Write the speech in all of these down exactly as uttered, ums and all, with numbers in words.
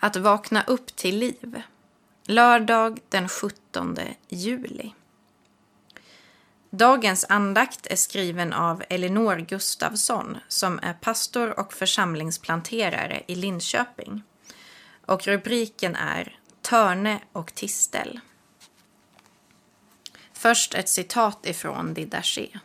Att vakna upp till liv. Lördag den sjuttonde juli. Dagens andakt är skriven av Elinor Gustafsson som är pastor och församlingsplanterare i Linköping. Och rubriken är Törne och tistel. Först ett citat ifrån Didache.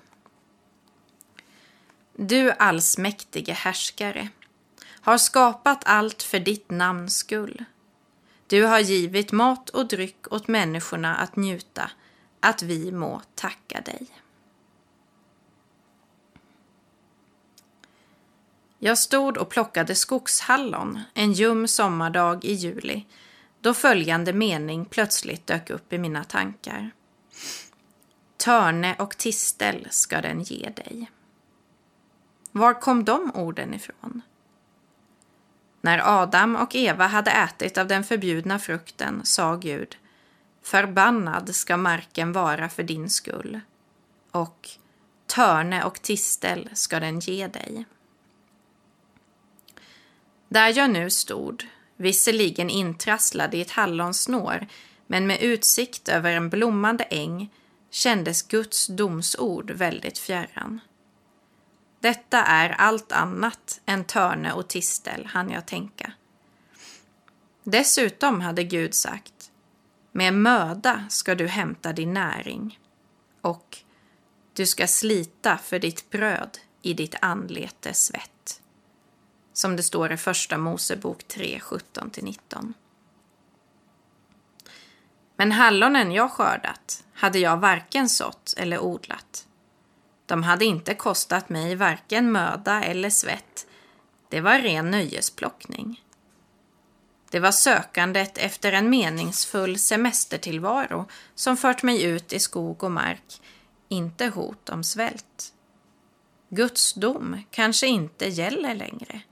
Du allsmäktige härskare har skapat allt för ditt namns skull. Du har givit mat och dryck åt människorna att njuta, att vi må tacka dig. Jag stod och plockade skogshallon en ljum sommardag i juli, då följande mening plötsligt dök upp i mina tankar. Törne och tistel ska den ge dig. Var kom de orden ifrån? När Adam och Eva hade ätit av den förbjudna frukten sa Gud, förbannad ska marken vara för din skull, och törne och tistel ska den ge dig. Där jag nu stod, visserligen intrasslad i ett hallonsnår, men med utsikt över en blommande äng, kändes Guds domsord väldigt fjärran. Detta är allt annat än törne och tistel, hann jag tänka. Dessutom hade Gud sagt, med möda ska du hämta din näring, och du ska slita för ditt bröd i ditt anlete svett. Som det står i första Mosebok tre, sjutton till nitton. Men hallonen jag skördat hade jag varken sått eller odlat. De hade inte kostat mig varken möda eller svett. Det var ren nöjesplockning. Det var sökandet efter en meningsfull semestertillvaro som fört mig ut i skog och mark, inte hot om svält. Guds dom kanske inte gäller längre.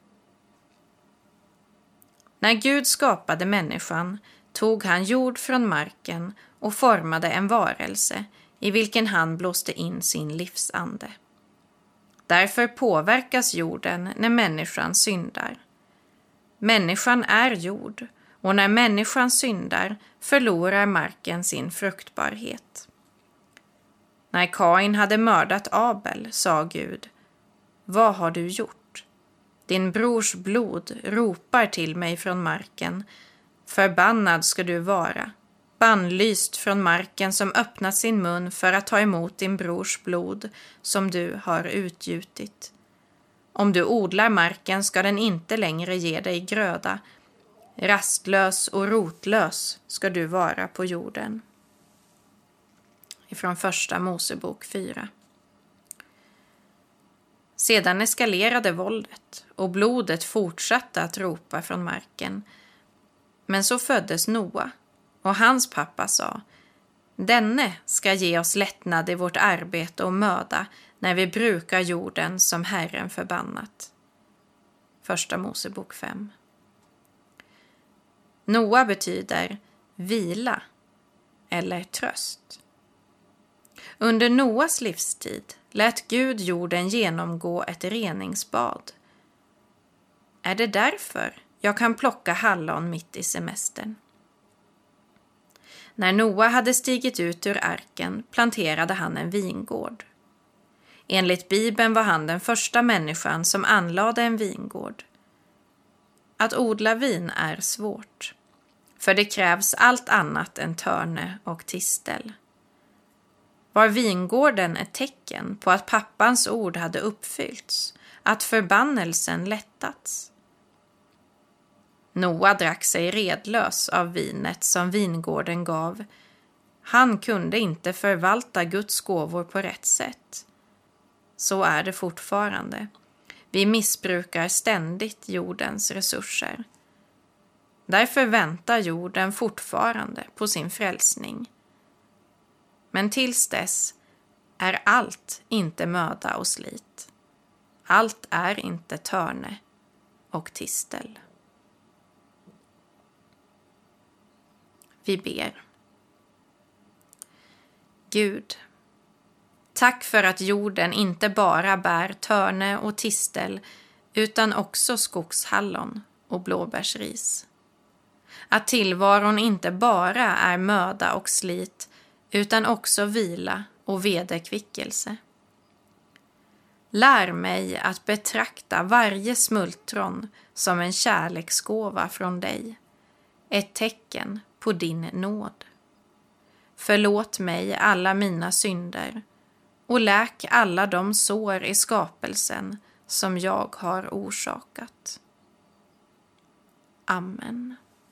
När Gud skapade människan tog han jord från marken och formade en varelse i vilken han blåste in sin livsande. Därför påverkas jorden när människan syndar. Människan är jord, och när människan syndar förlorar marken sin fruktbarhet. När Kain hade mördat Abel sa Gud, vad har du gjort? Din brors blod ropar till mig från marken, förbannad ska du vara. Bannlyst från marken som öppnat sin mun för att ta emot din brors blod som du har utgjutit. Om du odlar marken ska den inte längre ge dig gröda. Rastlös och rotlös ska du vara på jorden. Ifrån första Mosebok fyra. Sedan eskalerade våldet och blodet fortsatte att ropa från marken. Men så föddes Noa. Och hans pappa sa, denne ska ge oss lättnad i vårt arbete och möda när vi brukar jorden som Herren förbannat. Första Mosebok fem. Noa betyder vila eller tröst. Under Noas livstid lät Gud jorden genomgå ett reningsbad. Är det därför jag kan plocka hallon mitt i semestern? När Noa hade stigit ut ur arken planterade han en vingård. Enligt Bibeln var han den första människan som anlade en vingård. Att odla vin är svårt, för det krävs allt annat än törne och tistel. Var vingården ett tecken på att pappans ord hade uppfyllts, att förbannelsen lättats? Noa drack sig redlös av vinet som vingården gav. Han kunde inte förvalta Guds gåvor på rätt sätt. Så är det fortfarande. Vi missbrukar ständigt jordens resurser. Därför väntar jorden fortfarande på sin frälsning. Men tills dess är allt inte möda och slit. Allt är inte törne och tistel. Vi ber. Gud, tack för att jorden inte bara bär törne och tistel utan också skogshallon och blåbärsris. att tillvaron inte bara är möda och slit utan också vila och vederkvickelse. Lär mig att betrakta varje smultron som en kärleksgåva från dig, ett tecken på din nåd. Förlåt mig alla mina synder och läk alla de sår i skapelsen som jag har orsakat. Amen.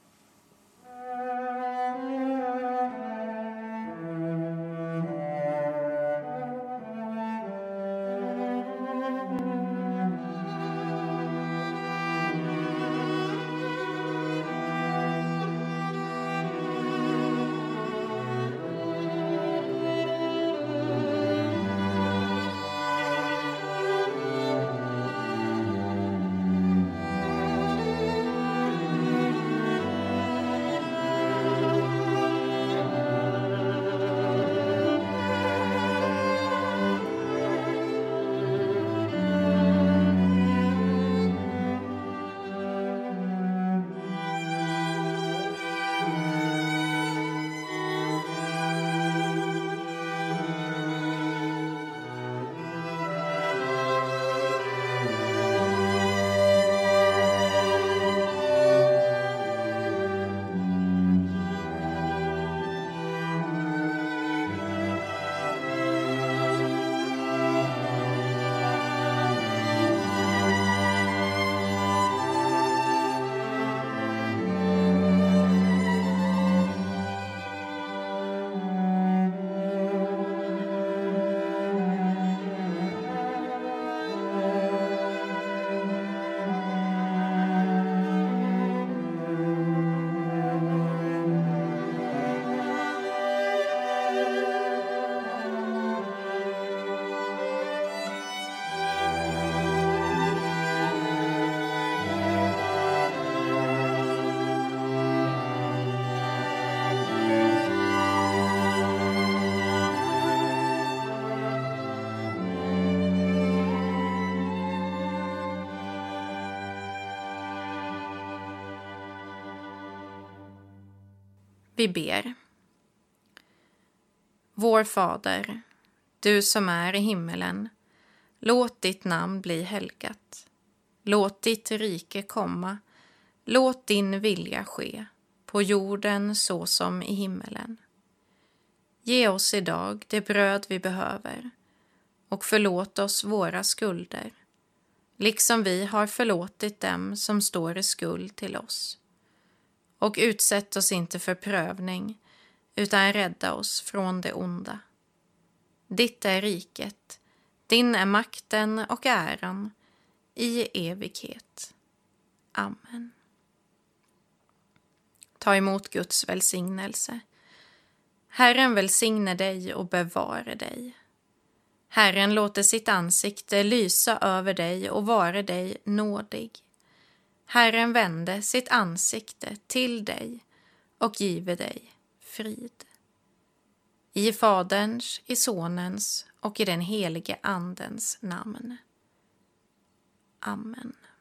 Vi ber. Vår Fader, du som är i himmelen, låt ditt namn bli helgat. Låt ditt rike komma, låt din vilja ske, på jorden så som i himmelen. Ge oss idag det bröd vi behöver och förlåt oss våra skulder, liksom vi har förlåtit dem som står i skuld till oss. Och utsätt oss inte för prövning, utan rädda oss från det onda. Ditt är riket, din är makten och äran, i evighet. Amen. Ta emot Guds välsignelse. Herren välsigne dig och bevare dig. Herren låter sitt ansikte lysa över dig och vare dig nådig. Herren vände sitt ansikte till dig och give dig frid. I Faderns, i Sonens och i den helige Andens namn. Amen.